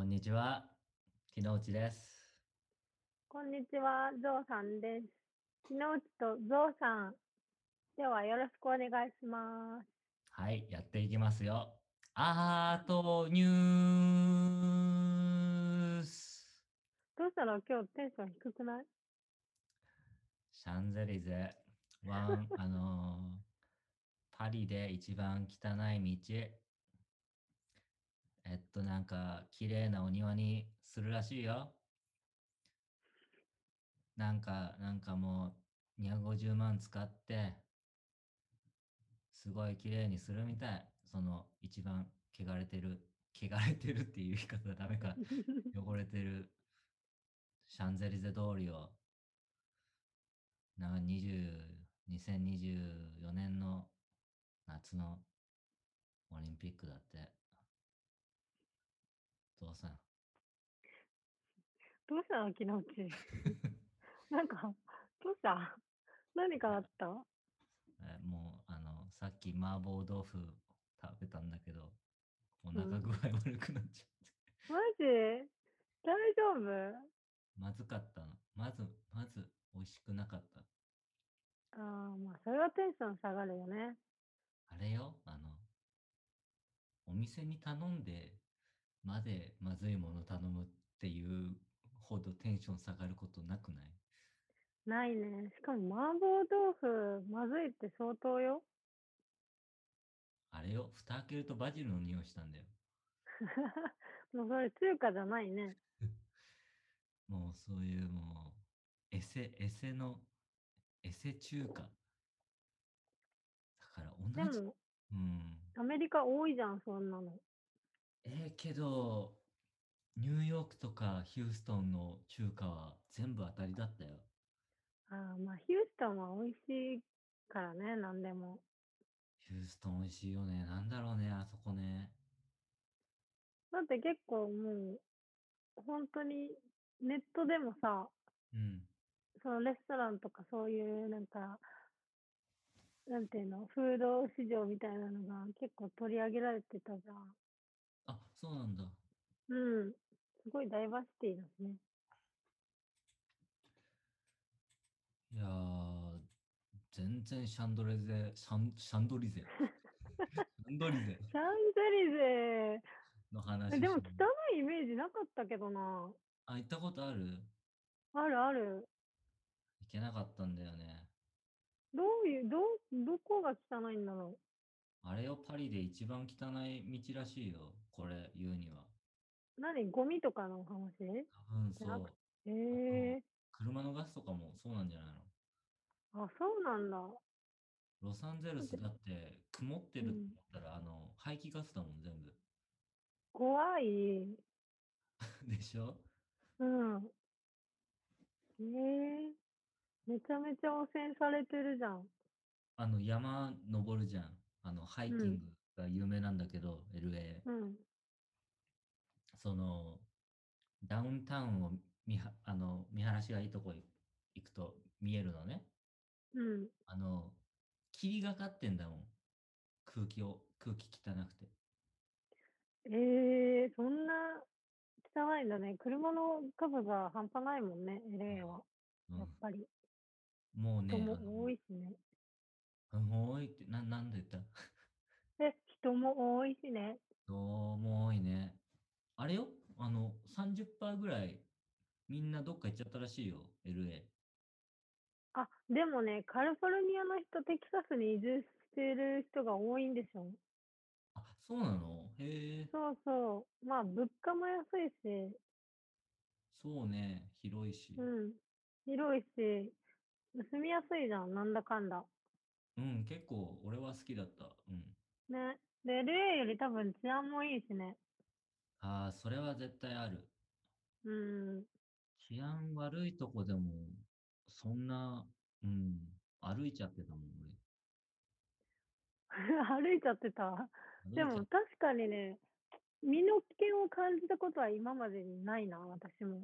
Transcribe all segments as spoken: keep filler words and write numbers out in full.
んにちは、木之内です。 こんにちは、ゾウさんです。木之内とゾウさん。ではよろしくお願いします。 はい、やっていきますよ。アートニュース。 どうしたの今日テンション低くない？ シャンゼリゼ、ワン、あのーパリで一番汚い道。えっと、なんか、綺麗なお庭にするらしいよ。なんか、なんかもう、にひゃくごじゅうまん使って、すごい綺麗にするみたい。その、一番汚れてる、汚れてるっていう言い方はダメか。汚れてるシャンゼリゼ通りを、なんかにじゅう、にせんにじゅうよねんの夏のオリンピックだって。父さん。 どうしたの木之内。なんか、どうした何かあった？ えもう、あの、さっき麻婆豆腐食べたんだけど、おうん。 腹具合悪くなっちゃって。 マジ大丈夫？ まずかったの。まず、まず、美味しくなかった。 ああ、まあ、それはテンション下がるよね。 あれよ、あの、お店に頼んでまでまずいもの頼むっていうほどテンション下がることなくない？ ないね。しかも麻婆豆腐、まずいって相当よ。 あれよ、蓋開けるとバジルの匂いしたんだよ。 もうそれ中華じゃないね。 もうそういうもう、エセ、エセの、エセ中華。だから同じ。 でも、 うん。 アメリカ多いじゃん、そんなの。 えー、けど、ニューヨークとかヒューストンの中華は全部当たりだったよ。 ああ、まあ、ヒューストンは美味しいからね、なんでも。 ヒューストン美味しいよね。なんだろうね、あそこね。 だって結構もう、本当に、ネットでもさ、 うん。 そのレストランとかそういうなんか、なんていうの、フード市場みたいなのが結構取り上げられてたじゃん。 あ、そうなんだ。 うん。すごいダイバーシティだね。 いやー、全然シャンドレゼ、シャン、シャンドリゼ。シャンドリゼシャンゼリゼ、 のえでも汚話しに。 いイメージなかったけどな。 あ、行ったことある？ あるある。 行けなかったんだよね。 どういう、どう、どこが汚いんだろあれよ、パリで一番汚い道らしいよ。これ言うには。 う。何ゴミとかの話多分じゃなくそう。 て。 あと、 ええ車のガスとかもそうなんじゃないの？ ー、あ、そうなんだ。 ロサンゼルだって、 スだって曇ってるってうん。 言ったら、あの、排気ガスだもん、全部。 怖い。 でしょ？ うん。ええめちゃめちゃ汚染されてるじゃん。 あの、山登るじゃん。あの、ハイうん。 キングが有名なんだけど、エルエー。 うん。 その、ダウンタウンを見は、あの、見晴らしがいいとこ行くと見えるのね。 うん。 あの、霧がかってんだもん。空気を、空気汚くて。 ええそんな汚いんだね。車の数が半端ないもんね、エルエー は。 うん。 やっぱり。 もうね、あ人も多いしね。 の、もういって、な、なんで言った？ で、人も多いしね。 どうも多いね。あれよ、あの、さんじゅっパーセントぐらいみんなどっか行っちゃったらしいよ、エルエー。 あ、でもね、カリフォルニアの人、テキサスに移住してる人が多いんでしょ？ あ、そうなの？へえ。 そうそう。まあ、物価も安いし、 そうね、広いし。 うん。広いし、住みやすいじゃん、なんだかんだ。 うん、結構俺は好きだった。うん。 ね。で、エルエー より多分治安もいいしね。 ああ、それは絶対ある。 うん。 治安悪いとこでも、そんな、うん、歩いちゃってたもん、 歩いちゃってた。 俺。歩いちゃっでも確かにね、身の危険を感じたことは今までにないな、私も。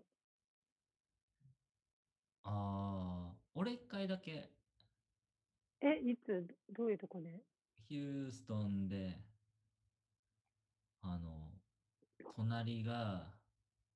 ああ、俺一回だけ、 え、いつ、どういうとこで？ ヒューストンで、あの、隣が、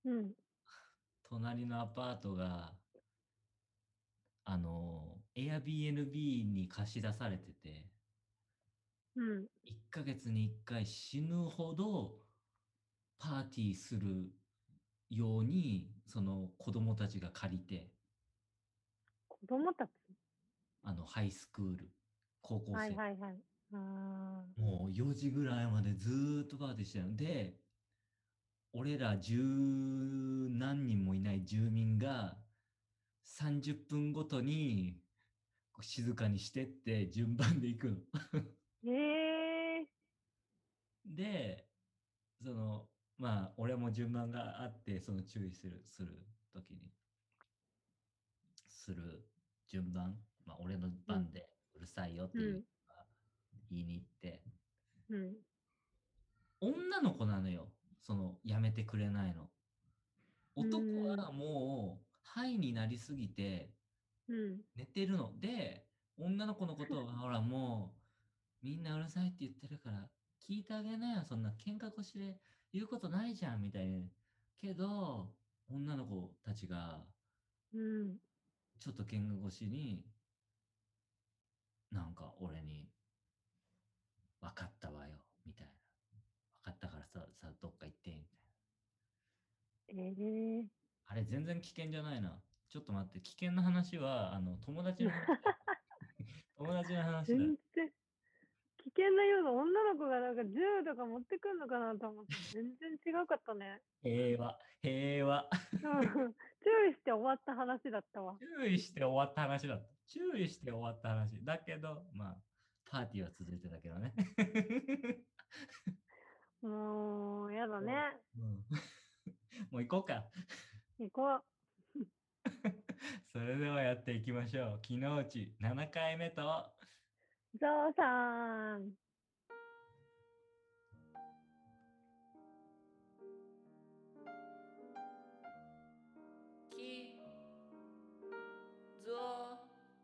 うん。 隣のアパートが、あの、Airbnb に貸し出されてて、 うん。 いっかげつにいっかい死ぬほどパーティーするように、その子供たちが借りて、 子供たち。 あの、ハイスクール、高校はい生、 はいはい。ああ。 もうよじぐらいまでずーっとパーティーしてるので、俺ら十何人もいない住民がさんじゅっぷんごとにこう静かにしてって順番で行くの。 ええで、その、まあ、俺も順番があって、その注意する、するときに、する順番、まあ、俺のー。うん。 番でうるさいよっていう、 うん。 言いに行って、 うん。 女の子なのよ。その、やめてくれないの。 う男ーん。 はもう、ハイになりすぎて、 うん。 寝てるので、女の子のことは、ほらもう、みんなうるさいって言ってるから、聞いてあげなよ、そんな喧嘩腰で言うことないじゃん、みたいな。けど、女の子たちが、 うん。 ちょっと喧嘩腰に、なんか俺に、分かったわよ、みたいな。分かったからさ、さ、どっか行って、みたいな。 ええあれ、全然危険じゃないな。ちょっと待って、危険な話は、あの、友達ー。 の話だ。友達の話だ。 全然、危険なような女の子がなんか銃とか持ってくんのかなと思って、全然違かったね。 平和、平和。 うん。注意して終わった話だったわ。 注意して終わった話だった。注意して終わった話。だけど、まあ、パーティーは続いてたけどね。 もう、やだね。 もう、うん、もう行こうか。 行こう。 それではやっていきましょう。昨日うちななかいめと、 ゾウさん。 き、ぞ、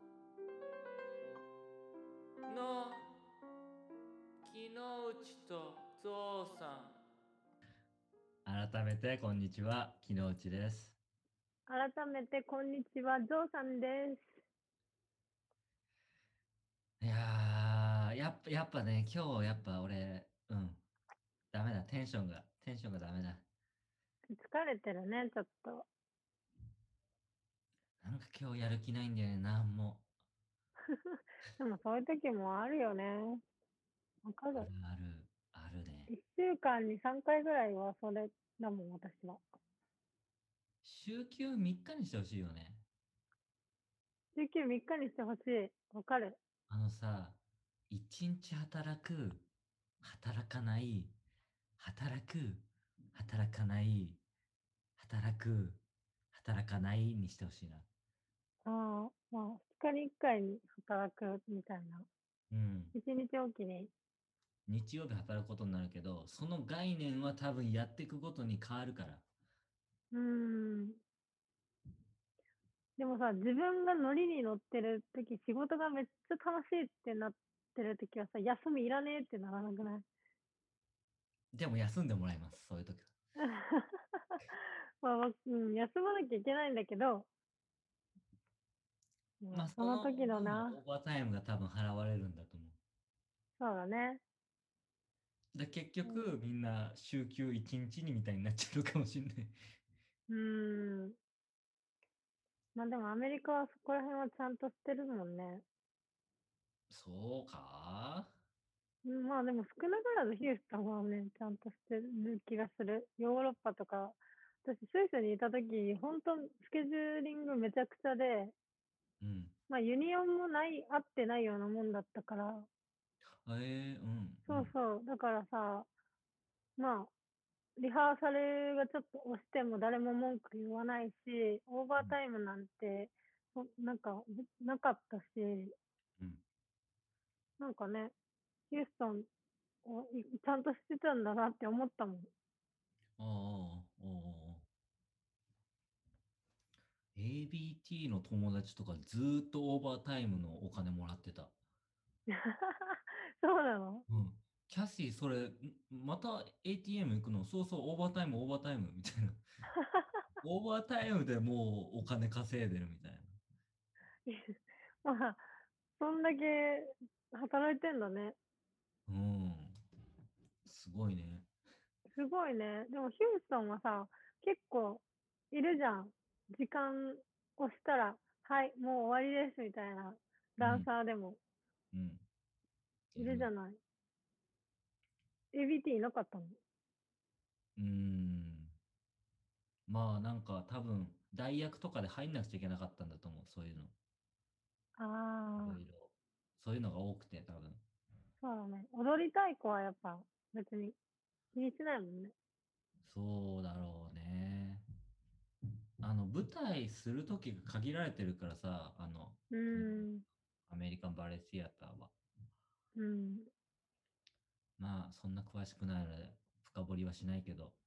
の、昨日うちとぞうさん。改めて、こんにちは。昨日うちです。 改めて、こんにちは。ゾウさんです。 いやー、やっぱ、やっぱね、今日やっぱ俺、うん、ダメだ。テンションが、テンションがダメだ。 疲れてるね、ちょっと。 なんか今日やる気ないんだよね、なんも。 でもそういう時もあるよね。わかる。 あるある、あるね。 いっしゅうかんにさんかいぐらいはそれだもん、私は。 週休みっかにしてほしいよね。 週休みっかにしてほしい。わかる。 あのさ、いちにち働く、働かない、働く、働かない、働く、働かないにしてほしいな。 ああ、まあ、ふつかにいっかいに働くみたいな。 うん。 いちにちおきに。 日曜日働くことになるけど、その概念は多分やっていくごとに変わるから。 うーん。でもさ、自分がノリに乗ってる時、仕事がめっちゃ楽しいってなってる時はさ、休みいらねえってならなくない？ でも休んでもらいます、そういう時は。 まあ、僕うん、休まなきゃいけないんだけど、まあ、 まあ、そその時のの分のな、 オーバータイムが多分払われるんだと思う。 そうだね。 で、結うん、 局、みんな週休いちにちにみたいになっちゃうかもしれない。 うーん。まあでもアメリカはそこら辺はちゃんとしてるもんね。 そうか。 うん、まあでも少なからずヒューストンはね、ちゃんとしてる気がする。ヨーロッパとか、私スイスにいた時、本当スケジューリングめちゃくちゃで、 うん。 まあユニオンもない、合ってないようなもんだったから、 えー、うん、うん。 そうそう。だからさ、まあ、リハーサルがちょっと押しても誰も文句言わないし、オーバータイムなんて、そなんか、なかったし、 うん。 なんかね、ヒューストンをいちゃんとしてたんだなって思ったもん。 ああ、ああ、ああ。エービーティー の友達とかずーっとオーバータイムのお金もらってた。 そうなの？ うん。キャシー、それ、んまた エーティーエム 行くのそうそう、オーバータイム、オーバータイム、みたいな。 オーバータイムでもうお金稼いでるみたいな。 まあ、そんだけ働いてんだね。 うん。すごいね。 すごいね。でもヒューストンはさ、結構いるじゃん。時間押したら、はい、もう終わりですみたいなダンうん。 サーでもうん。 いいる。 るじゃない。エービーティー いなかったの？ うーん。まあなんか多分代役とかで入んなくちゃいけなかったんだと思う。そういうの。 ああ、 いろいろ。そういうのが多くて多分。 そうだね。踊りたい子はやっぱ別に気にしないもんね。 そうだろうね。あの舞台する時が限られてるからさ、あの、 うーこのん、 アメリカンバレエシアターは。 うん。 まあそんな詳しくないので深掘りはしないけど。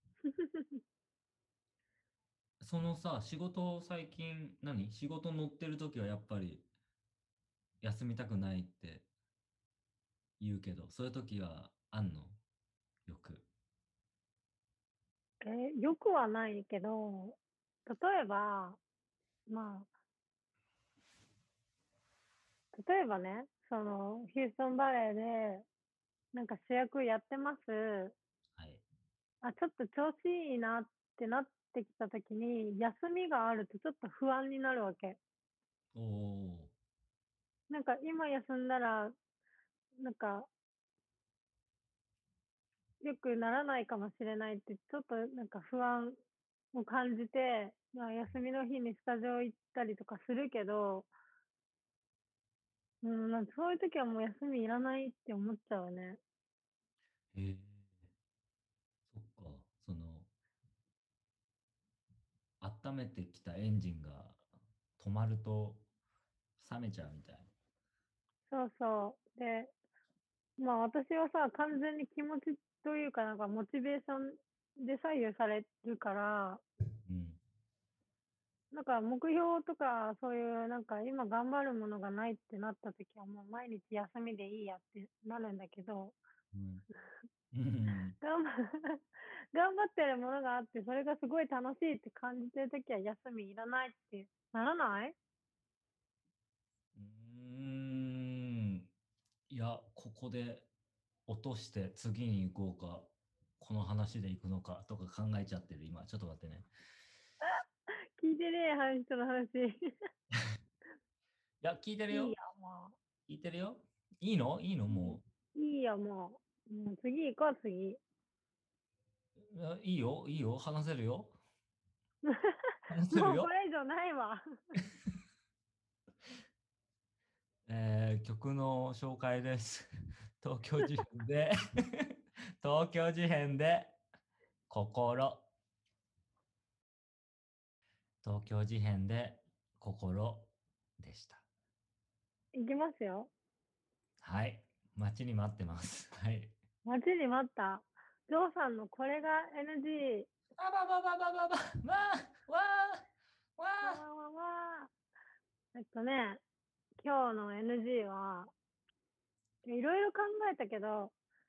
そのさ、仕事最近、何仕事乗ってる時はやっぱり休みたくないって言うけど、そういう時はあんのよく。 えーよくはないけど、例えば、まあ、例えばね、その、ヒューストンバレーで、なんか主役やってます。 はい。 あ、ちょっと調子いいなってなってきたときに、休みがあるとちょっと不安になるわけ。 おお。 なんか今休んだら、なんか良くならないかもしれないって、ちょっとなんか不安を感じて、まあ、休みの日にスタジオ行ったりとかするけど、うん、なんかそういう時はもう休みいらないって思っちゃうね。 へえ、そっか。その、温めてきたエンジンが止まると冷めちゃうみたい。 そうそう。で、まあ私はさ、完全に気持ちというかなんかモチベーションで左右されるから、 うん。 なんか目標とかそういうなんか今頑張るものがないってなった時はもう毎日休みでいいやってなるんだけど、 うん。うん。 頑張頑張ってるものがあって、それがすごい楽しいって感じてる時は休みいらないってならない？ うーん。いや、ここで落として次に行こうか、この話で行くのかとか考えちゃってる今。ちょっと待ってね。 聞いてねえ話、人の話。 いや、聞いてるよ。 いいよ、も聞いてるよ。いいのいいのう。 もいい、いいよ、もう。もう次行こう、次。 う。いやいいよ、いいよ。話せるよ。話せるもうこよ。 れ以上ないわ。 えー曲の紹介です。東京事変で東京事変で心。東京事変で心でした。 行きますよ。 はい。待ちに待ってます。はい。 待ちに待った。ジョーさんのこれが エヌジー。 あばばばばばばわーわーわわーわーーわー。えっとね、今日の エヌジー は、いろいろ考えたけど、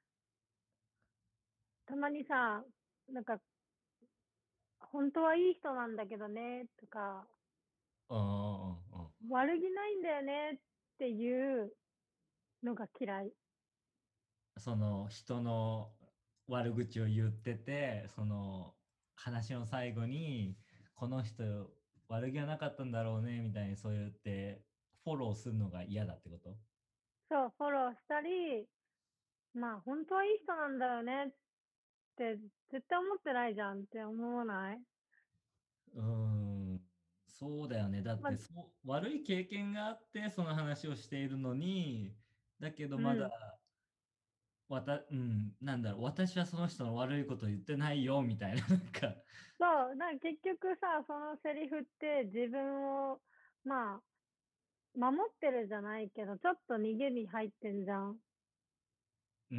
たまにさ、なんか、本当はいい人なんだけどね、とか、 うんうんうんうん。 悪気ないんだよねっていうのが嫌い。 その人の悪口を言ってて、その話の最後に、この人悪気はなかったんだろうねみたいにそう言ってフォローするのが嫌だってこと？ そう、フォローしたり、まあ、本当はいい人なんだよねって絶対思ってないじゃんって思わない？ うーん、そうだよね。だっまあ、 てそう悪い経験があってその話をしているのに、だけどまだうん。 わた、うん、なんだろう、私はその人の悪いこと言ってないよみたいな、なんか、 そう、なんか結局さ、そのセリフって自分を、まあ、守ってるじゃないけど、ちょっと逃げに入ってんじゃん。 うん、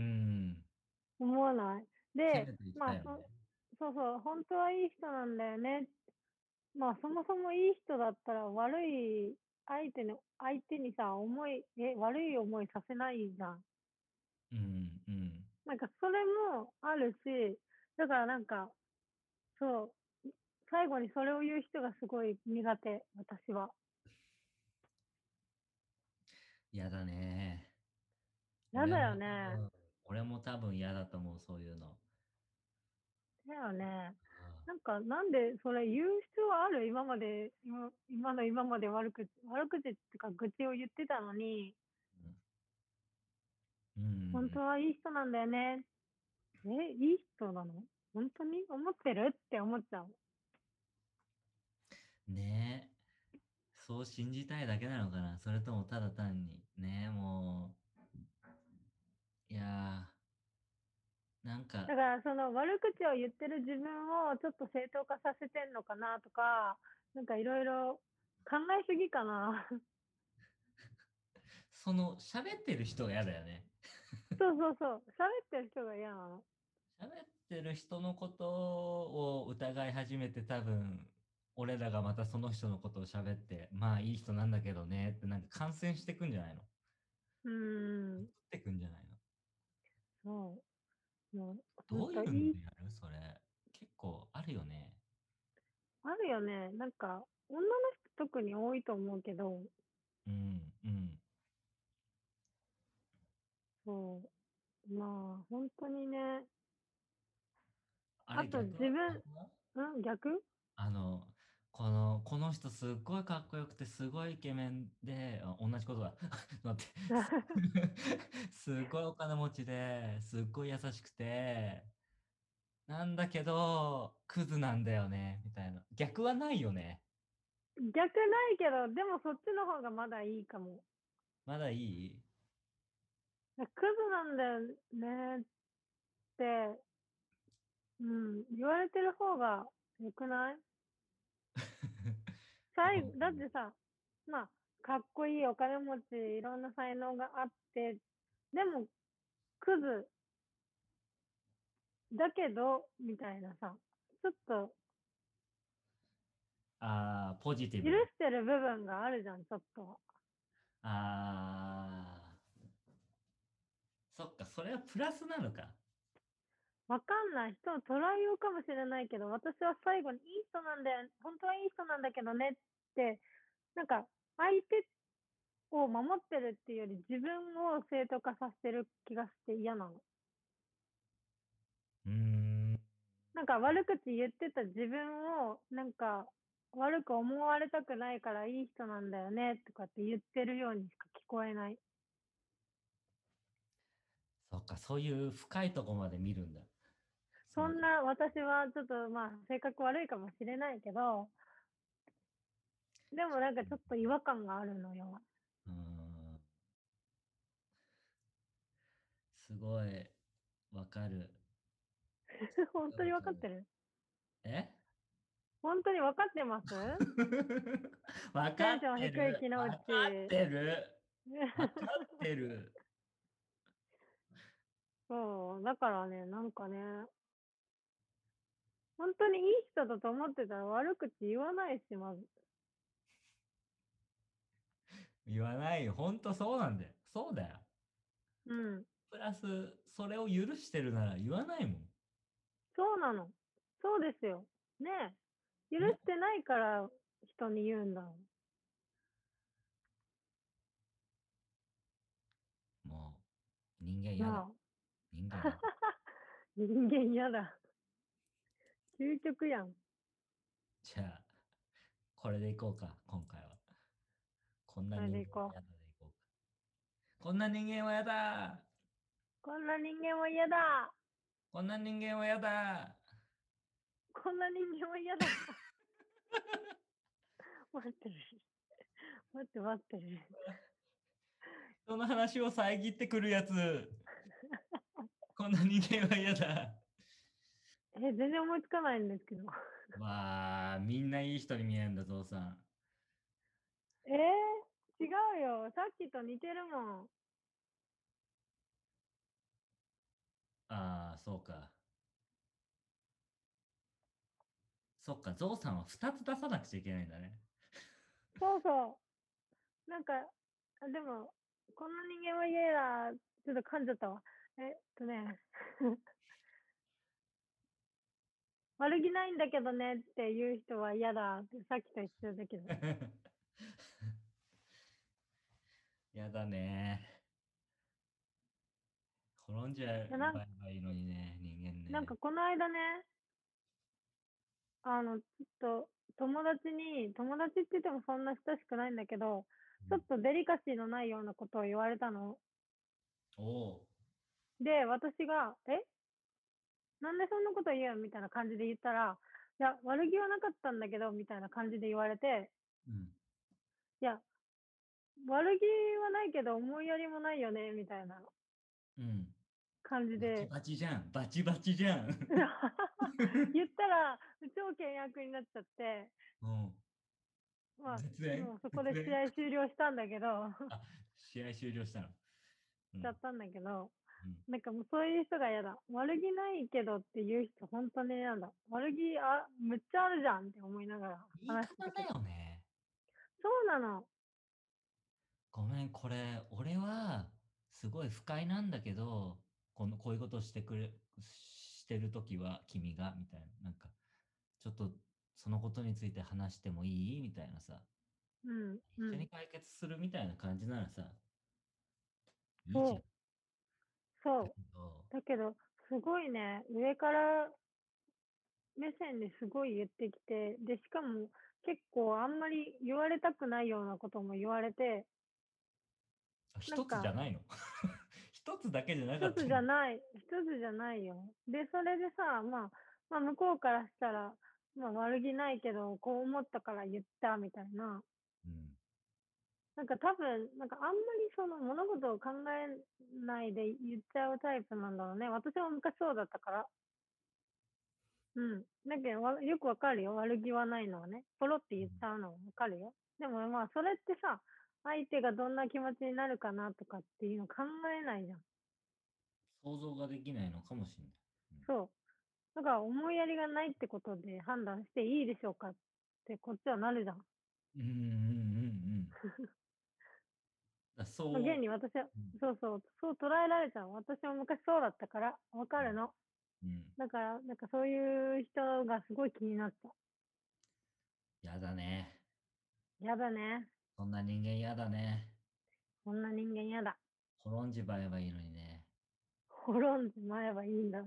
思わない？で、 攻めていきまあ、 たいよね。 そそうそう、本当はいい人なんだよね。まあ、そもそもいい人だったら悪い相手の相手にさ、思いえ、悪い思いさせないじゃん。 うん、うん。 なんかそれもあるし、だからなんか、そう、 最後にそれを言う人がすごい苦手、私は。 嫌だね。 やだよ俺も、 ね。 うん、俺も多分嫌だと思う、そういうの。 だよね。 あなんか、なんでそれ言う必要ある？今まで、今今の今まで悪口悪口ってか愚痴を言ってたのに、 うん、うんうん本当はいい人なんだよね。え、いい人なの？本当に思ってる？って思っちゃう。 うん。ねえ。そう信じたいだけなのかな、それともただ単に。ねえ、もう。いやー、なんか、 だからその悪口を言ってる自分をちょっと正当化させてんのかなとか、なんかいろいろ考えすぎかな。 その、喋ってる人が嫌だよね。 そうそうそう。喋ってる人が嫌なの。 喋ってる人のことを疑い始めて多分、俺らがまたその人のことを喋って、まあいい人なんだけどねってなんか感染してくんじゃないの？ うー移っん。 てくんじゃないの？ そう。もう、ほんどういうのといい、 でやるそれ？結構あるよね。 あるよね。なんか、女の人特に多いと思うけど、 うん、うん。 そう。まあ、本当にね。 あれあと逆は自分、 逆はうん、逆あの、この、この人すっごいかっこよくてすごいイケメンで、あ同じことだ。待って。すすっごいお金持ちで、すっごい優しくて、なんだけど、クズなんだよね、みたいな。逆はないよね。 逆ないけど、でもそっちの方がまだいいかも。 まだいい？ クズなんだよねって、うん、言われてる方が良くない？最後、だってさ、まあ、かっこいいお金持ち、いろんな才能があって、でも、クズだけど、みたいなさ、ちょっとああ、ポジティ許ブに。 してる部分があるじゃん、ちょっとは。 ああ、そっか、それはプラスなのか。 わかんない人の捉えようかもしれないけど、私は最後にいい人なんだよ、本当はいい人なんだけどねって、なんか、相手を守ってるっていうより、自分を正当化させてる気がして嫌なの。 うーん。 なんか悪口言ってた自分を、なんか、悪く思われたくないからいい人なんだよねとかって言ってるようにしか聞こえない。 そっか、そういう深いとこまで見るんだ。その、 そんな私はちょっとまあ性格悪いかもしれないけど、でもなんかちょっと違和感があるのよ。 うーん、すごい、わかる。 本当にわかる。 分かってる？ え？ 本当に分かってます？ わかっテンションてる。 低い昨日わかっうち。 てる。わかってる。 そう、だからね、なんかね、本当にいい人だと思ってたら悪口言わないし、まず。 言わないよ。ほんとそうなんだよ。そうだよ。 うん。 プラス、それを許してるなら言わないもん。 そうなの。そうですよ。ねえ。許ね。 してないから人に言うんだもん。 もう、人間嫌だ。 なあ。 人間嫌だ。 人間嫌だ。究極やん。 じゃあ、これでいこうか、今回は。こんなそれ人間でいこう。 は嫌だでいこうか。こんな人間は嫌だ。 こんな人間は嫌だ。 こんな人間は嫌だ。 こんな人間は嫌だ。待ってる。待って待ってる。 人の話を遮ってくるやつ。こんな人間は嫌だ。 え、全然思いつかないんですけど。 わあ、みんないい人に見えるんだ、ゾウさん。 えー、違うよ。さっきと似てるもん。 ああ、そうか。そっか、ゾウさんはふたつ出さなくちゃいけないんだね。 そうそう。なんか、あでも、こんな人間は嫌だ。ちょっと噛んじゃったわ。えっとね。 悪気ないんだけどねって言う人は嫌だってさっきと一緒だけど。 やだね。転んじゃえやなんばいいのにね、人間ね。 なんかこの間ね、あの、ちょっと友達に、友達って言ってもそんな親しくないんだけど、ちょっとデリカシーのないようなことを言われたの。 おおで、私が、えなんでそんなこと言うみたいな感じで言ったら、いや、悪気はなかったんだけど、みたいな感じで言われて、 ー。うん。 いや、悪気はないけど、思いやりもないよね、みたいなうん。バチ感じで、 バチじゃん。バチバチじゃん。 言ったら、超険悪になっちゃって、 うん。 まあ、 絶縁もうそこで絶縁試合終了したんだけど、 あ、試合終了したの。うん。 しちゃったんだけど、 うん。 なんかもうそういう人が嫌だ。悪気ないけどっていう人、本当に嫌だ。悪気、あ、めっちゃあるじゃんって思いながら言い話してたけど。 方だよね。 そうなの。 ごめん、これ、俺は、すごい不快なんだけど、この、こういうことしてくれ、してるときは、君が、みたいな。なんか、ちょっと、そのことについて話してもいいみたいなさ。 うん、うん。 一緒に解決するみたいな感じならさ、いいじゃん。 そう、そだけど、 う。だけど、すごいね、上から目線ですごい言ってきて、で、しかも結構あんまり言われたくないようなことも言われて、 あ一つじなんか、 ゃないの一つだけじゃなか一つったの。 じゃない、一つじゃないよ。で、それでさ、まあ、まあ、向こうからしたら、まあ、悪気ないけど、こう思ったから言ったみたいな。 うん。 なんか多分、なんかあんまりその物事を考えないで言っちゃうタイプなんだろうね。私も昔そうだったから。うん。だけど、わよくわかるよ。悪気はないのはね。ポロって言っちゃうのはわかるよ。でもまあ、それってさ、相手がどんな気持ちになるかなとかっていうの考えないじゃん。 想像ができないのかもしれない。 そう。だから思いやりがないってことで判断していいでしょうかってこっちはなるじゃん。 うん、うん、うん、うんうん。だまあ、現そう、 に私は、 うん、 そうそう、そう捉えられちゃう。私も昔そうだったから、わかるの。 うん。 だから、なんかそういう人がすごい気になった。 やだね。 やだね。 そんな人間やだね。 こんな人間やだ。 転んじまえばいいのにね。 滅んでまえばいいんだ。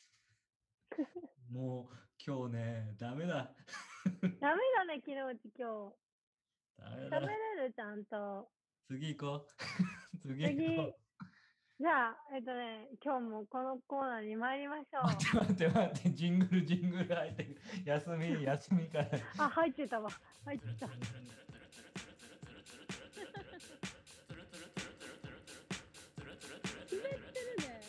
もう、今日ね、ダメだ。 ダメだね、昨日うち今日。喋ダメだ。 れるちゃんと。 次行こう。次行こ次、 う。 じゃあ、えっとね、今日もこのコーナーに参りましょう。 待って待って待って、ジングルジングル入ってる。休み、休みから。 あ、入ってたわ。入ってた。滑ってるね。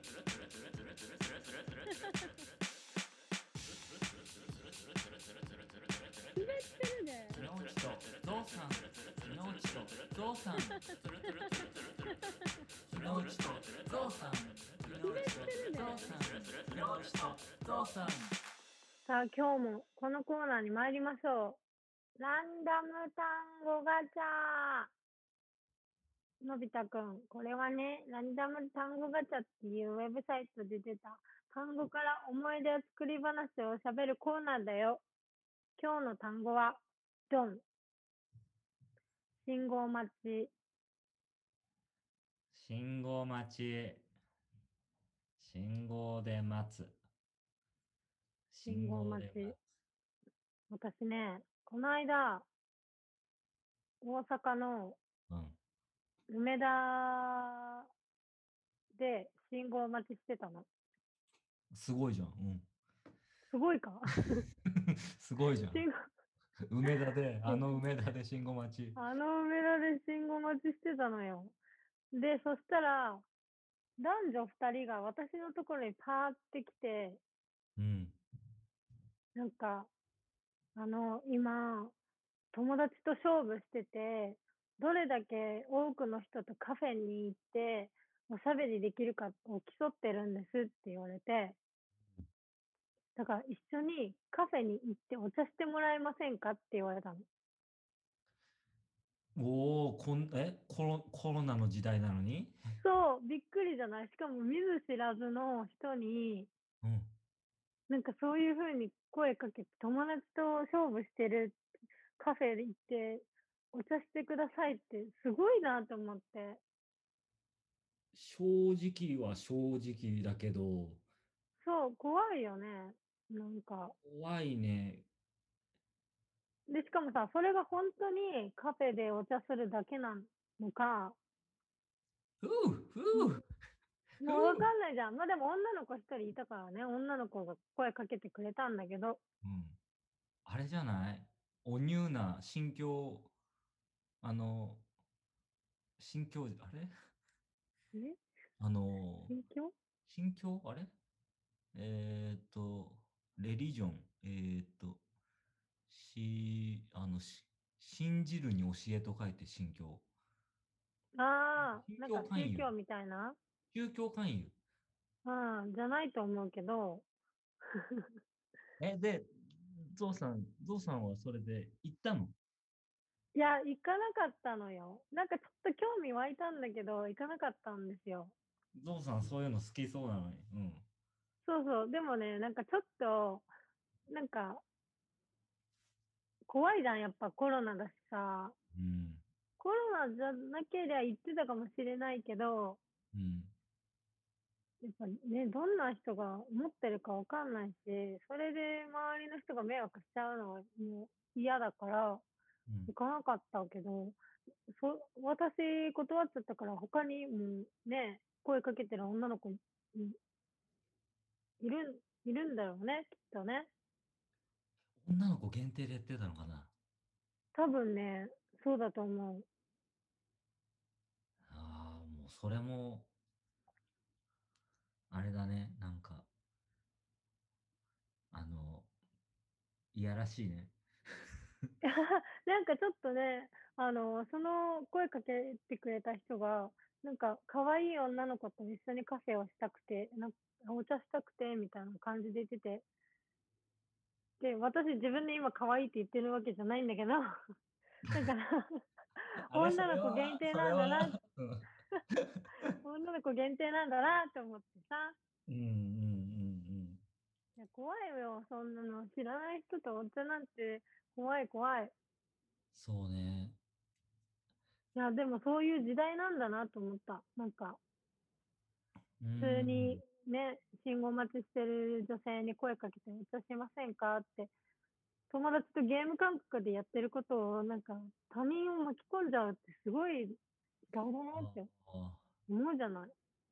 滑ってるね。 木之内とゾウさん。木之内とゾウさん。木之内とゾウさん。木之内とゾウさん。木之内とゾウさん。 さあ、今日もこのコーナーに参りましょう。ランダム単語ガチャ。のび太くん、これはね、ランダム単語ガチャっていうウェブサイトで出た単語から思い出や作り話をしゃべるコーナーだよ。今日の単語は、ドン。信号待ち。 信号待ち。信号で待つ。 信信号待ち。 号で待つ。 私ね、この間、大阪のうん。 梅田で信号待ちしてたの。 すごいじゃん。うん。 すごいかすごいじゃん。 信号、 梅田で、あの梅田で信号待ち。 あの梅田で信号待ちしてたのよ。で、そしたら、男女二人が私のところにパーって来て、 うん。 なんか、あの、今、友達と勝負してて、どれだけ多くの人とカフェに行って、おしゃべりできるかを競ってるんですって言われて、だから一緒にカフェに行ってお茶してもらえませんかって言われたの。 おお、こん、え、コロ、コロナの時代なのに。 そう、びっくりじゃない。しかも見ず知らずの人に、 うん。 なんかそういう風に声かけて、友達と勝負してるカフェで行って、お茶してくださいってすごいなと思って。 正直は正直だけど、 そう、怖いよね。なんか。 怖いね。 で、しかもさ、それがほんとにカフェでお茶するだけなのか、 ふうふうふもうわう。 かんないじゃん。ま、でも女の子一人いたからね、女の子が声かけてくれたんだけど。 うん。あれじゃない？おニューな心境、あの、心境あれ？ え？ あの、 心境？ 心境あれ？えっと、レリジョン、えっと、しあの、し信じるに教えと書いて信教。 ああ、 宗なんか教勧誘。 宗教みたいな？ 宗教勧誘。 うん、じゃないと思うけど。 え、で、ゾウさんゾウさんはそれで行ったの？ いや、行かなかったのよ。なんかちょっと興味湧いたんだけど、行かなかったんですよ。 ゾウさんそういうの好きそうなのに。うん。 そうそう、でもね、なんかちょっと、なんか怖いじゃん、やっぱコロナだしさ。 うん。 コロナじゃなけりゃ行ってたかもしれないけど、 うん。 やっぱね、どんな人が持ってるかわかんないし、それで周りの人が迷惑しちゃうのはもう嫌だから、 うん。 行かなかったけど、そ私断っちゃったから他にもね、声かけてる女の子いいるいるんだろうね、きっとね。 女の子限定でやってたのかな？ 多分ね、そうだと思う。 ああ、もうそれも、あれだね、なんか、あの、いやらしいね。 なんかちょっとね、あの、その声かけてくれた人が、なんか可愛い女の子と一緒にカフェをしたくて、なんお茶したくてみたいな感じで言ってて、で、私自分で今可愛いって言ってるわけじゃないんだけど、だからあれ、そ女の子れは限定それはなんだな、 うん。 女の子限定なんだなって思ってさ、 うんうんうんうん。 いや怖いよ、そんなの。知らない人とお茶なんて怖い怖い。 そうね。 いや、でもそういう時代なんだなと思った。なんか、 う普通にん。 ね、信号待ちしてる女性に声かけて、お茶しませんかって、友達とゲーム感覚でやってることを、なんか、他人を巻き込んじゃうってすごい、だねあってあ。 思うじゃない。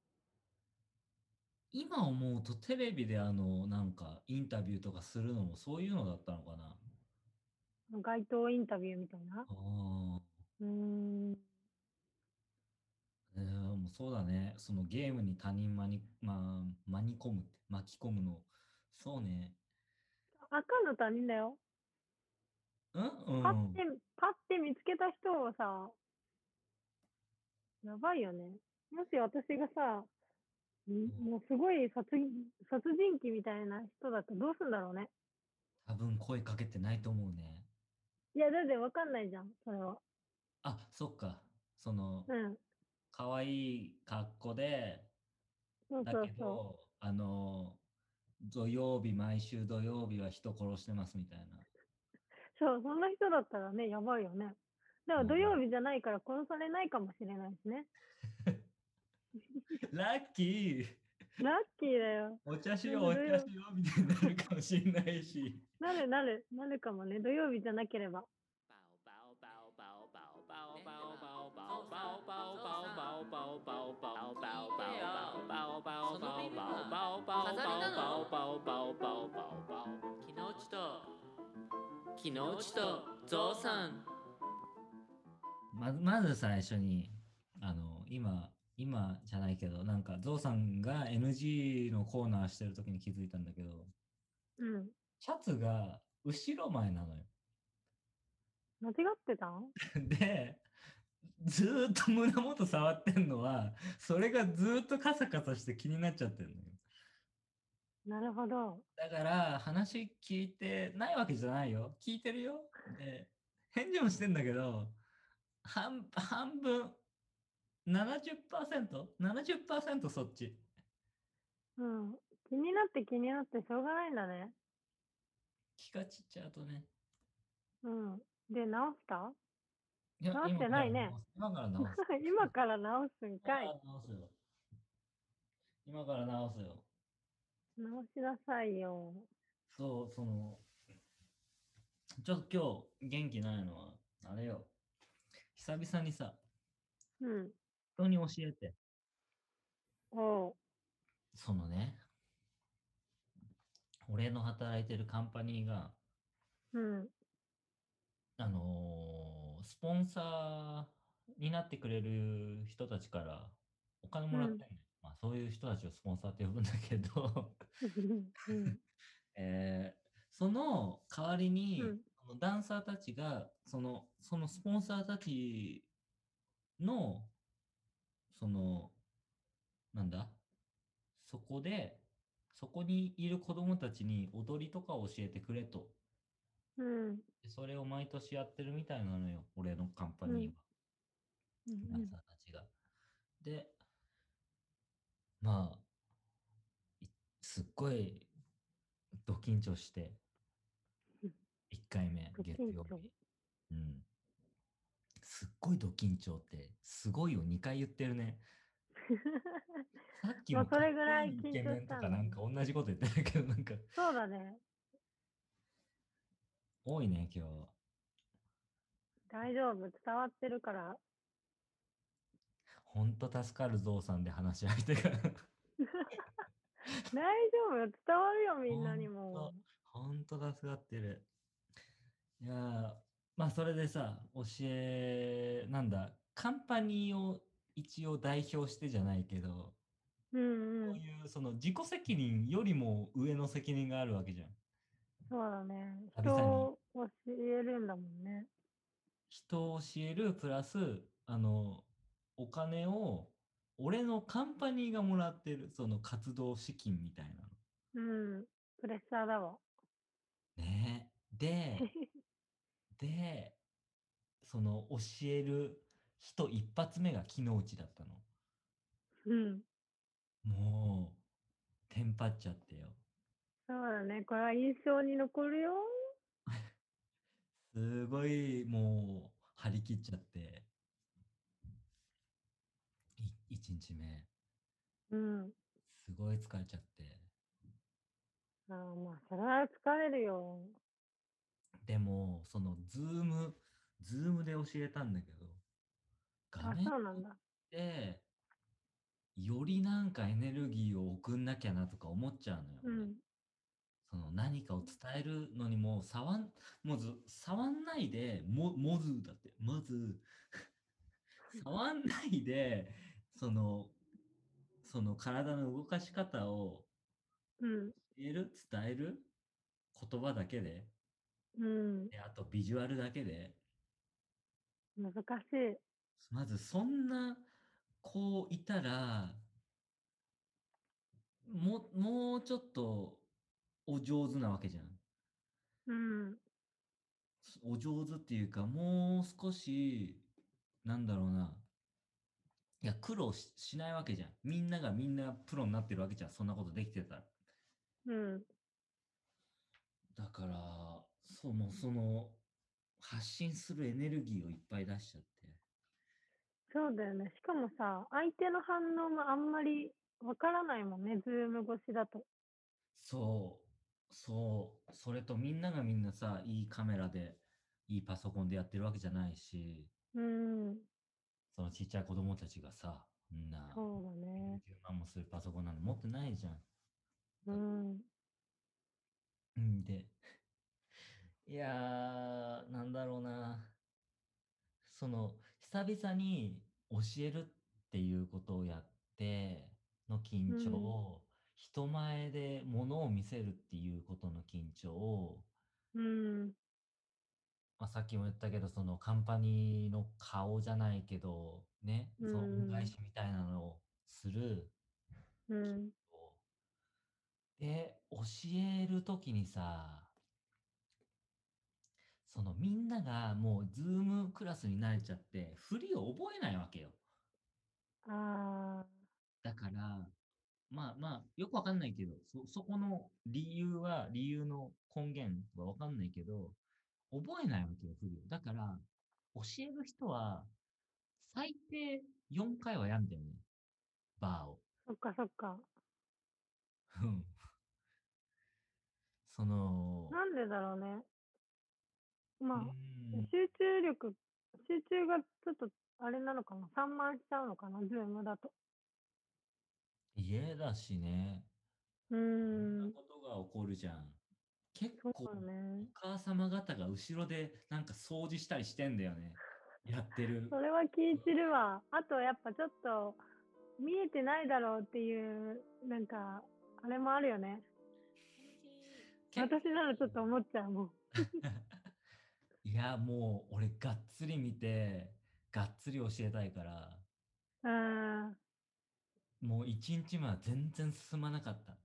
今思うとテレビであの、なんかインタビューとかするのもそういうのだったのかな？ 街頭インタビューみたいな。 ああ。 うーん。 えー、もうそうだね。そのゲームに他人まに、まあ、まに込むって、巻き込むの。そうね。 赤の他人だよ。 うんうパッん。 て、パッて見つけた人をさ、やばいよね。もし私がさ、んもうすごい殺人殺人鬼みたいな人だとどうすんだろうね。 多分声かけてないと思うね。 いや、だってわかんないじゃん、それは。 あ、そっか。その、 うん。 可愛い格好で、 そうだそうそう。 けど、あの、土曜日、毎週土曜日は人殺してますみたいな。 そう、そんな人だったらね、やばいよね。だから土曜うん、 日じゃないから殺されないかもしれないしね。 ラッキー。 ラッキーだよ。 お茶しよう、おなんで土曜、 茶しようみたいになるかもしれないし。 なるなる、なるかもね。土曜日じゃなければ。 昨日ちとゾウさん。まず、まず最初に、あの、今、今じゃないけど、なんか、ゾウさんが エヌジー のコーナーしてる時に気づいたんだけど、 うん。 シャツが後ろ前なのよ。 間違ってたん？ で、ずーっと胸元触ってんのは、それがずーっとカサカサして気になっちゃってるのよ。 なるほど。 だから話聞いてないわけじゃないよ。聞いてるよ。で、返事もしてんだけど、半、半分、ななじゅっパーセント?ななじゅっパーセント そっち。 うん。 気になって気になってしょうがないんだね。 気が散っちゃうとね。 うん。で、直した？ いや、 直し今からてないね。 直す。今から直す。 今から直すんかい。 今から直すよ。今から直すよ。 直しなさいよ。 そう、その、ちょっと今日元気ないのは、あれよ。久々にさ、 うん。 人に教えて、 おう。 そのね、俺の働いてるカンパニーが、 うん。 あのースポンサーになってくれる人たちからお金うん。 もらってんねん。まあそういう人たちをスポンサーって呼ぶんだけどうん。 えーその代わりに、 うん。 あのダンサーたちが、その、そのスポンサーたちの、その、なんだ、そこで、そこにいる子供たちに踊りとかを教えてくれと。 うん。 でそれを毎年やってるみたいなのよ、俺のカンパうん。 ニーは。 うん。 ダンサーたちが。で、まあ、いすっごいド緊張して、いっかいめ、 ド緊張。 月曜日。うん。すっごいド緊張って、すごいよ、にかい言ってるね。さっきもうそもかっこれぐらいいいイ緊張しケメンとたんだね。 かなんか同じこと言ってるけど、なんか、 そうだね。 多いね、今日。 大丈夫。伝わってるから。 ほんと助かるゾウさんで話し相手が大丈夫よ。伝わるよ、みんなほんにも。 と、ほんと助かってる。いやー、まあそれでさ、教え、なんだ、カンパニーを一応代表してじゃないけど、 うんうん。 そういうその自己責任よりも上の責任があるわけじゃん。 そうだね。人久々に。 を教えるんだもんね。 人を教えるプラス、あの、お金を、俺のカンパニーがもらってる、その活動資金みたいなの。 うん。プレッシャーだわ。 ねえ。で、で、その教える人一発目が昨日うちだったの。 うん。 もう、テンパっちゃってよ。 そうだね。これは印象に残るよ。 すごい、もう、張り切っちゃって、い一日目。 うん。 すごい疲れちゃって。 ああ、まあ、それは疲れるよ。 でも、その、ズーム、ズームで教えたんだけど、画あ、 面そうなんだ。 で、よりなんかエネルギーを送んなきゃなとか思っちゃうのよ、俺。 うん。 その何かを伝えるのにも、触ん、もうず、触んないで、も、もずだって、まず、触んないで、その、その体の動かし方をうん。 教える、伝える言葉だけで、 うん。 で、あとビジュアルだけで、 難しい。 まずそんな子いたら、も、もうちょっとお上手なわけじゃん。 うん。 お上手っていうか、もう少し、なんだろうな。いや、苦労し、しないわけじゃん。みんながみんなプロになってるわけじゃん。そんなことできてたら。 うん。 だから、その、その、発信するエネルギーをいっぱい出しちゃって。 そうだよね。しかもさ、相手の反応もあんまりわからないもんね。ズーム越しだと。 そう、そう、それとみんながみんなさ、いいカメラで、いいパソコンでやってるわけじゃないし、 うん。 そのちっちゃい子供たちがさ、みんな、 そうだね。 うきゅうまんもするパソコンなんて持ってないじゃん。 うん。 うんで、いやー、なんだろうな。その、久々に教えるっていうことをやっての緊張うん。 を、人前で物を見せるっていうことの緊張を、 うん。 まあ、さっきも言ったけど、そのカンパニーの顔じゃないけど、ね、 うその恩返ん。 しみたいなのをする。 うん。 で、教えるときにさ、そのみんながもうズームクラスに慣れちゃって、振りを覚えないわけよ。 ああ。 だから、 まあまあ、よくわかんないけど、そ、そこの理由は、理由の根源はわかんないけど、覚えないわけよ、振りを。だから、教える人は、最低よんかいはやんだよね、バーを。 そっかそっか。 うん。その、 なんでだろうね。 うーまあ、 ん、 集中力、集中がちょっと、あれなのかな、散漫しちゃうのかな、ズームだと。 家だしね、 うーいろんなん、 ことが起こるじゃん。結構、 そうだね。 お母様方が後ろでなんか掃除したりしてんだよね。やってる。 それは聞いてるわ。あと、やっぱちょっと、見えてないだろうっていう、なんか、あれもあるよね。 結私ならちょっと思っちゃうもん。 いや、もう、俺、がっつり見て、がっつり教えたいから、 うーん、 もう一日目は全然進まなかった。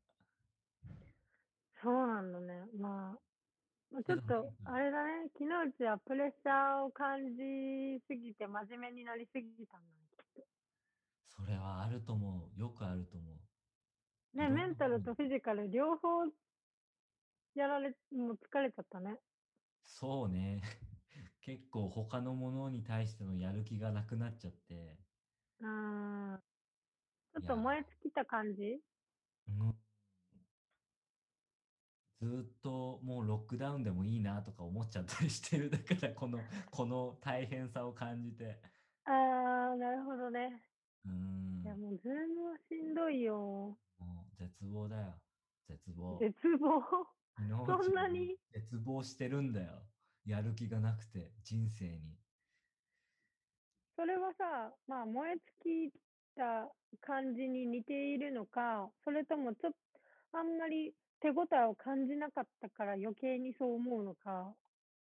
そうなんだね。まあ、まあ、ちけど、なんか、 ょっと、あれだね。昨日うちはプレッシャーを感じすぎて、真面目になりすぎたんだね。 それはあると思う。よくあると思う。いね、 ろんなメンタルことに。 とフィジカル両方やられ、もう疲れちゃったね。 そうね。結構他のものに対してのやる気がなくなっちゃって、 うーん。ちょっいやと燃え尽きた感じ。 ー、うん、ずーっともうロックダウンでもいいなとか思っちゃったりしてる。だからこの、この大変さを感じて。 あー、なるほどね。 うーいや、 ん。 もうズームはしんどいよ。 もう絶望だよ。絶望。 絶望。 昨日そちがんなに。 絶望してるんだよ。やる気がなくて、人生に。 それはさ、まあ、燃え尽きた感じに似ているのか、それともちょっと、あんまり手応えを感じなかったから余計にそう思うのか。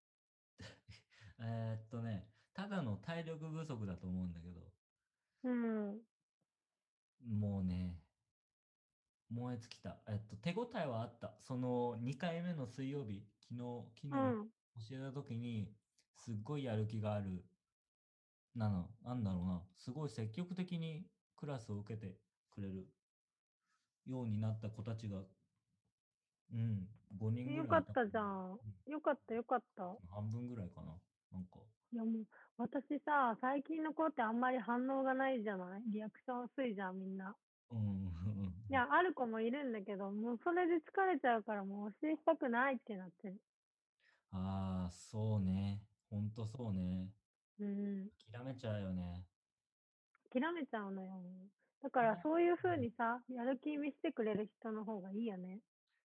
えーっとね、ただの体力不足だと思うんだけど、 うん。 もうね、燃え尽きた。えっと、手応えはあった。そのにかいめの水曜日、昨日、昨日うん。 教えた時に、すっごいやる気がある、なの、なんだろうな、すごい積極的にクラスを受けてくれるようになった子たちが、うん、ごにんぐよらいいたかかったじゃん。 な。 よかったよかった。 半分ぐらいかな。なんか、 いやもう、私さ、最近の子ってあんまり反応がないじゃない、リアクション薄いじゃん、みんな。 うん、 いや、ある子もいるんだけど、もうそれで疲れちゃうからもう教えしたくないってなってる。 ああ、そうね。ほんとそうね。 うん。 諦めちゃうよね。 諦めちゃうのよ。だかただ、 らそういう風うん、 にさ、やる気見せてくれる人の方がいいよね。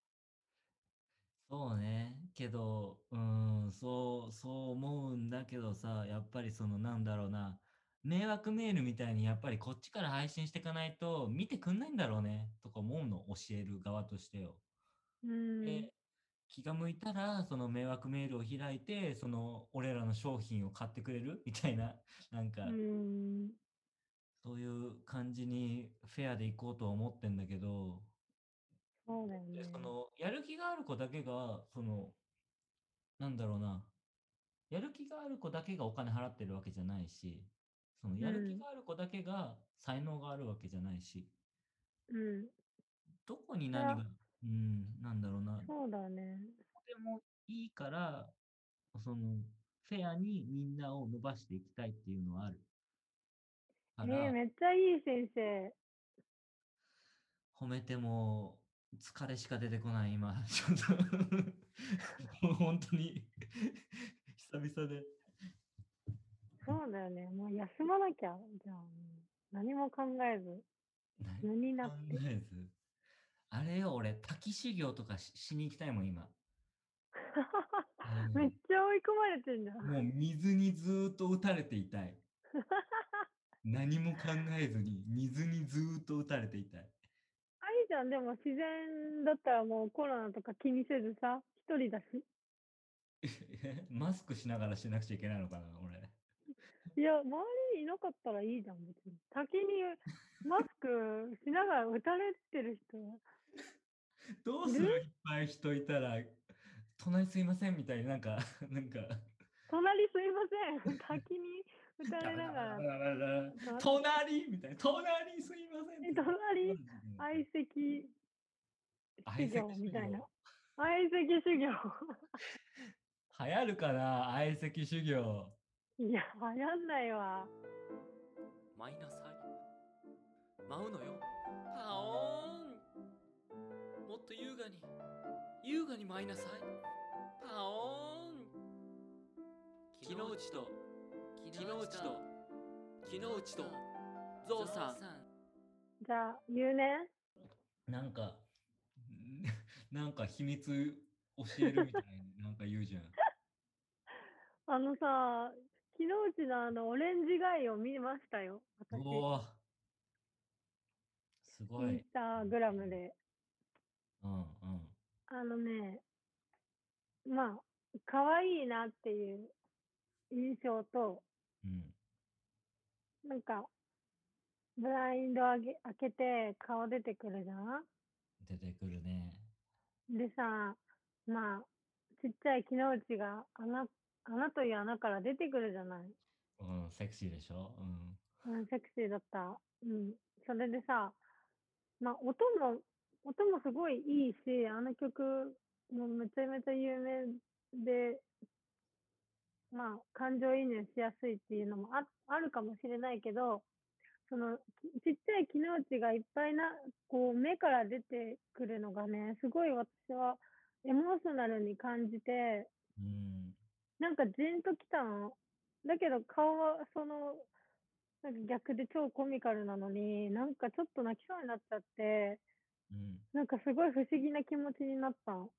そうね。けど、うーん、そう、そう思うんだけどさ、やっぱりその、なんだろうな。迷惑メールみたいにやっぱりこっちから配信していかないと見てくんないんだろうね。とか思うの。教える側としてよ。 うん。 で、気が向いたら、その迷惑メールを開いて、その、俺らの商品を買ってくれるみたいな、なんうか、 ん。 そういう感じにフェアでいこうとは思ってんだけど、 そうだよで、そね。 の、やる気がある子だけが、その、なんだろうな、やる気がある子だけがお金払ってるわけじゃないし、その、やる気うん。 がある子だけが才能があるわけじゃないし、 うん。 どこにそれは、 何が、うん、なんだろうな、 そうだね。 とてもいいから、その、フェアにみんなを伸ばしていきたいっていうのはあるかえー、 ら、 めっちゃいい先生。 褒めても疲れしか出てこない、今。ちょっともう本当に久々で。 そうだよね。もう休まなきゃ。じゃあ、もう何も考えず、 何無にな考って。 えず。あれよ、俺、滝修行とかし、しに行きたいもん、今。あのめっね、 ちゃ追い込まれてんじゃん。 もう水にずーっと打たれていたい。何も考えずに、水にずーっと打たれていたい。 あ、いいじゃん。でも自然だったらもうコロナとか気にせずさ、一人だし。 マスクしながらしなくちゃいけないのかな、俺。 いや、周りにいなかったらいいじゃん、別に。先にマスクしながら打たれてる人どういる。 する、いっぱい人いたら、隣すいませんみたいになんか、なんか、 隣すいません。先に打たれながら、と隣みたいな。隣すいませんって。 隣、相席修相席行みたいな修行。。 相席修行。 流行るかな相席修行。 いや、流行んないわ。 舞いなさい。舞うのよ。パオーン。もっと優雅に、優雅に舞いなさい。パオーン。木之内と、木之内と、木之内と、ゾウさん。 じゃあ、言うね。 なんか、なんか秘密教えるみたいになんか言うじゃん。 あのさ、昨日うちのあの、オレンジガイを見ましたよ。私。 おーすごい。 インスタグラムで。 うんうん。 あのね、まあ、可愛いなっていう印象と、 うん。 なんか、ブラインド開け開けて顔出てくるじゃん。 出てくるね。 でさ、まあ、ちっちゃい木の内が穴、穴という穴から出てくるじゃない。 うん、セクシーでしょうん。 うん、セクシーだった。うん。それでさ、まあ、音も、音もすごいいいし、あの曲もめちゃめちゃ有名で、まあ、感情移入しやすいっていうのもああるかもしれないけど、そのちっちゃい木の内がいっぱいな、こう目から出てくるのがね、すごい私はエモーショナルに感じて、 うん。 なんかジーンときたの。だけど顔はその、なんか逆で超コミカルなのに、なんかちょっと泣きそうになっちゃって、 うん。 なんかすごい不思議な気持ちになったの。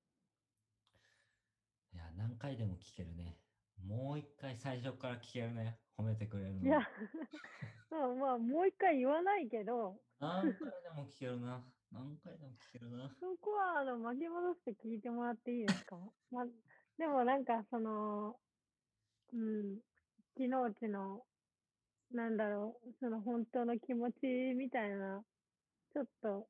いや、何回でも聞けるね。もう一回最初から聞けるね。褒めてくれるの。 いや、まあまあ、もう一回言わないけど、 何回でも聞けるな。何回でも聞けるな。 そこはあの巻き戻して聞いてもらっていいですか？ま、でもなんかその、うん、昨日うちの、なんだろう、その本当の気持ちみたいな、ちょっと、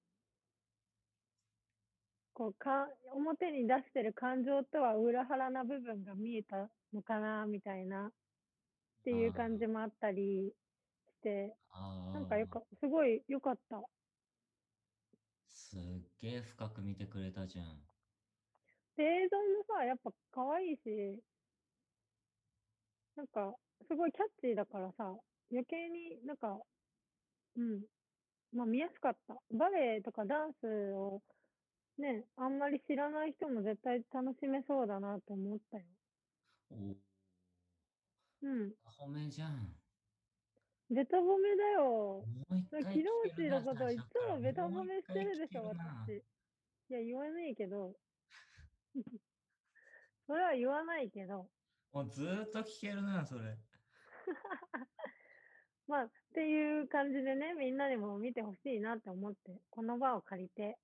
こうか、表に出してる感情とは裏腹な部分が見えたのかな、みたいな、っていう感じもあったりして、なんかよああ、 か、すごい良かった。 すっげえ深く見てくれたじゃん。 で、映像もさ、やっぱ可愛いし、なんか、すごいキャッチーだからさ、余計になんか、うん、まあ見やすかった。バレエとかダンスをね、あんまり知らない人も絶対楽しめそうだなと思ったよ。 おお、 うん。 褒めじゃん。 ベタ褒めだよ。 もう一昨日回聞けるな、 うちのこといつ最初から。 もベタもう一褒めして回聞るでしょ、 けるな。 私。いや、言わねえけど。それは言わないけど。 もうずーっと聞けるな、それ。 まあ、っていう感じでね、みんなにも見てほしいなって思って、この場を借りて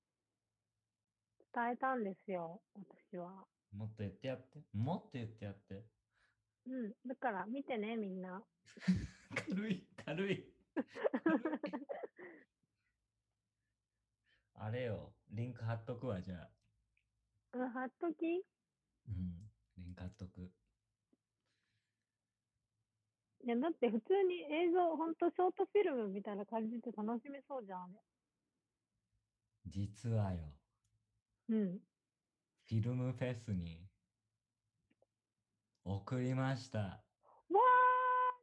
伝えたんですよ、私は。 もっと言ってやって。もっと言ってやって。 うん。だから見てね、みんな。 軽い、軽い。あれよ、リンク貼っとくわ、じゃあ。 うん、貼っとき。 うん、リンク貼っとく。 いや、だって普通に映像、ほんとショートフィルムみたいな感じで楽しめそうじゃん、あれ。 実はよ、 うん。 フィルムフェスに送りました。 わー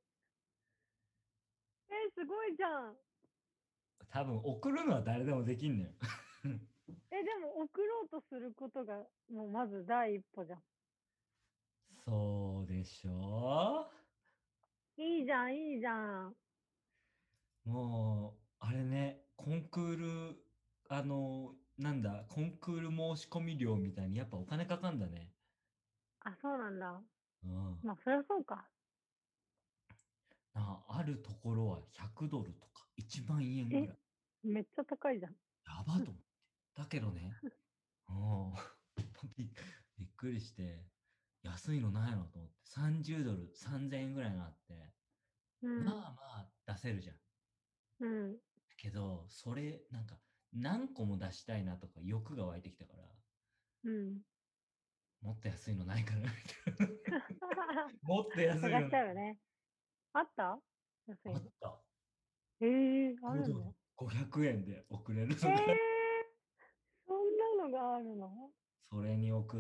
え、すごいじゃん。 多分送るのは誰でもできんのよ。 え、でも送ろうとすることが、もうまず第一歩じゃん。 そうでしょいいじゃん、いいじゃん。 もう、あれね、コンクール、あの、なんだ、コンクール申し込み料みたいにやっぱお金かかんだね。 あ、そうなんだ。 うん。 まあ、そりゃそうか。 なあ、あるところはひゃくドルとかいちまん円ぐえ、 らい。 めっちゃ高いじゃん。 やばと思って。だけどね、うん、びびっくりして、安いのないのと思って、さんじゅうドル、さんぜんえんぐらいのあって、まあうん。 まあ出せるじゃん。 うん。 けど、それ、なんか、何個も出したいなとか欲が湧いてきたから、 うん。 もっと安いのないかなみたいな。もっと安いの探しちゃうよね。あった安いの。 あった。 ええー、あるんだ。 ごひゃくえんで送れるええー、 のが、 そんなのがあるの？ それに送って、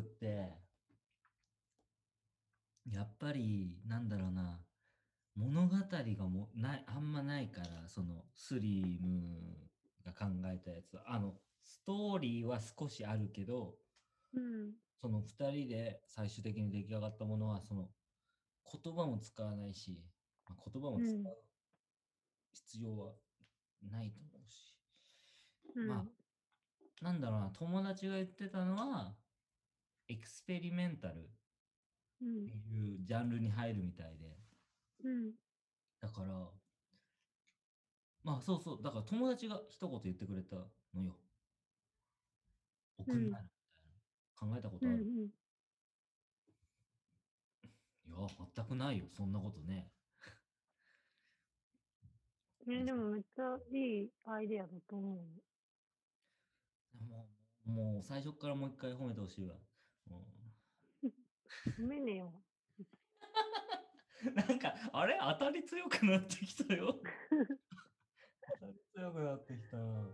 やっぱり、なんだろうな、物語がもない、あんまないから、その、スリムが考えたやつは、あの、ストーリーは少しあるけど、 うん。 その二人で最終的に出来上がったものは、その、言葉も使わないし、まあ、言葉も使ううん。 必要はないと思うし、まあ、 うん。 なんだろうな、友達が言ってたのは、エクスペリメンタルっうん。 ていうジャンルに入るみたいで、 うん。 だから、まあそうそう、だから友達が一言言ってくれたのよ。 うん。 送んないのみたいな。考えたこうん。うとある？ ん。 いや、全くないよ、そんなことね。 えー、でもめっちゃいいアイデアだと思う。 もう、もう最初からもう一回褒めてほしいわ。も褒めねえよ。 うなんか、あれ当たり強くなってきたよ。当たり強くなってきたな。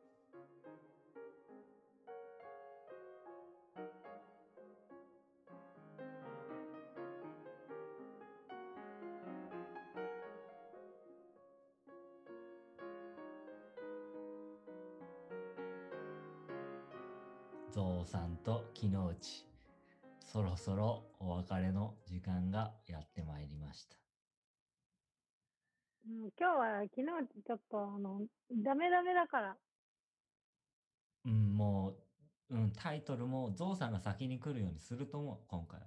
ゾウさんと木之内、そろそろお別れの時間がやってまいりました。 うん、今日は昨日ちょっとあの、ダメダメだから。 うん、もう、うん、タイトルもゾウさんが先に来るようにすると思う、今回は。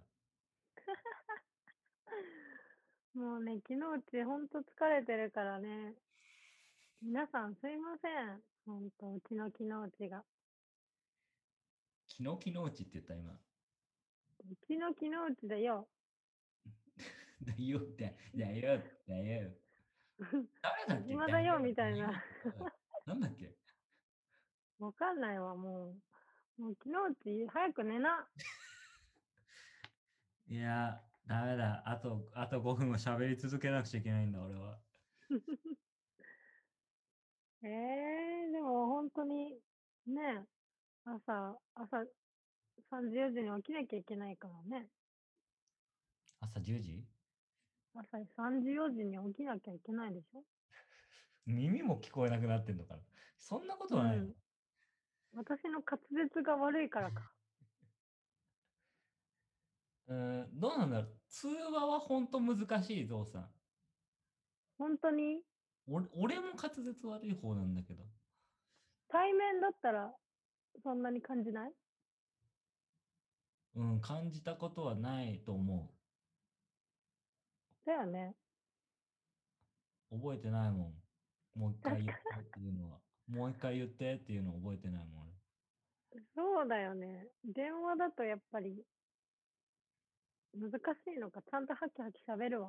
もうね、昨日ほんと疲れてるからね。皆さんすいません。ほんと、うちの昨日が。 木の木の内って言った今。 うちの昨日だよ。 だよ、だ、だよ、だよ。誰だっけ？ 暇だよ、 だよ、 みたいな。 だよ。なんだっけ？ わかんないわ、もう。もう昨日早く寝な。 いや、ダメだ。あと、あとごふんは喋り続けなくちゃいけないんだ、俺は。 えー、でも本当に、ね、朝、朝さんじよじに起きなきゃいけないからね。 朝じゅうじ？ 朝さんじよじに起きなきゃいけないでしょ。 耳も聞こえなくなってんのかな。そんなことはないの？ うん。私の滑舌が悪いからか。 うーん、どうなんだろう。通話はほんと難しい、ゾウさん。 本当に俺俺も滑舌悪い方なんだけど。 対面だったらそんなに感じない？ うん、感じたことはないと思だよね。 う。覚えてないもん。もう一確か回言ってっていうのは。もう一回言ってっていうのを覚えてないもん、俺。 に。そうだよね。電話だとやっぱり難しいのか。ちゃんとハキハキ喋るわ。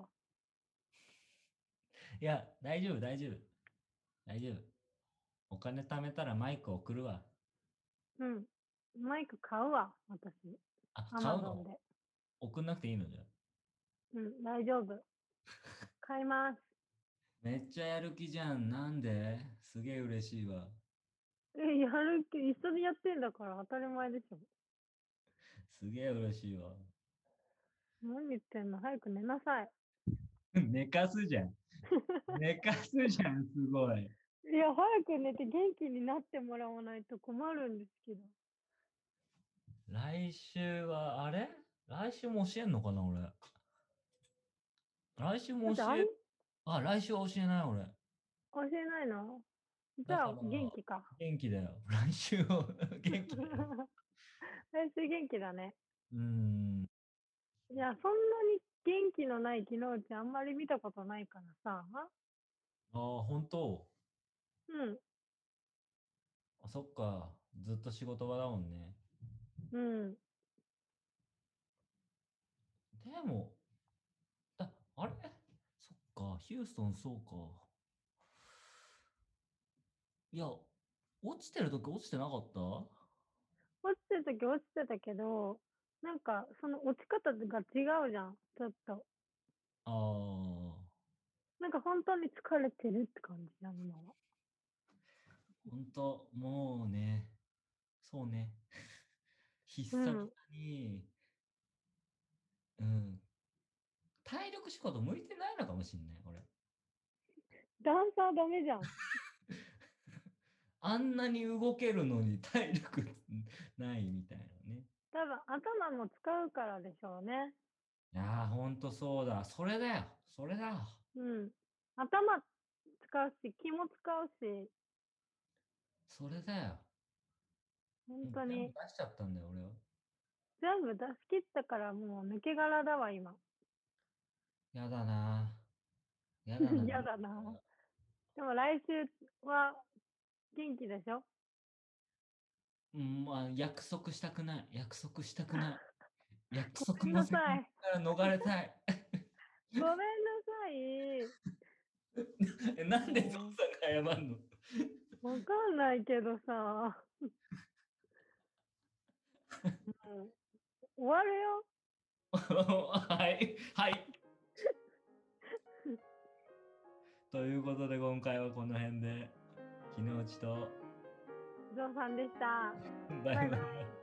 いや、大丈夫、大丈夫。大丈夫。お金貯めたらマイク送るわ。 うん。マイク買うわ、私。 あ、 ア買うの？ マゾンで。 送んなくていいのじゃ。 うん、大丈夫。買います。 めっちゃやる気じゃん。なんですげえ嬉しいわ。 え、やる気、一緒にやってんだから当たり前でしょ。 すげえ嬉しいわ。 何言ってんの？早く寝なさい。 寝かすじゃん。寝かすじゃん、すごい。 いや、早く寝て元気になってもらわないと困るんですけど。 来週は、あれ来週も教えんのかな、俺。来週だってあん、 も教え、あ、来週は教えない、俺。 教えないの？じゃあだから、 元気か。 元気だよ。来週は元気だよ。 来週元気だね。 うーん。 いや、そんなに元気のない昨日ちあんまり見たことないからさ。 ああ、本当？ うん、 あ、そっか。ずっと仕事場だもんね。 うん。 でも、だ、あれそっか。ヒューストン、そうか。いや、落ちてるとき落ちてなかった？ 落ちてた時落ちてたけど、 なんか、その落ち方が違うじゃん、ちょっと。 ああ、 なんか本当に疲れてるって感じじゃん、今は。 ほんと、もうね、そうね。必殺うん。 に、うん、体力仕事向いてないのかもしんない、俺。 ダンサーダメじゃん。 あんなに動けるのに体力ないみたいなね。 多分頭も使うからでしょうね。 いやー、ほんとそうだ。それだよ。それだよ。 うん。頭使うし、気も使うし、 それだよ。もう全部本当に出しちゃったんだよ、俺は。 全部出し切ったからもう抜け殻だわ、今。 やだな。やだな。 嫌だな。でも来週は元気でしょ？ うん、まあ、約束したくない。約束したくない。約ご束めんの責任なさい。 から逃れたい。 ごめんなさい。 え、なんでゾウもさんが謝んの？ う、わかんないけどさ。もう、終わるよ。 はい、はい。ということで今回はこの辺で、木之内とゾウさんでした。 バイバイ。 バイバイ。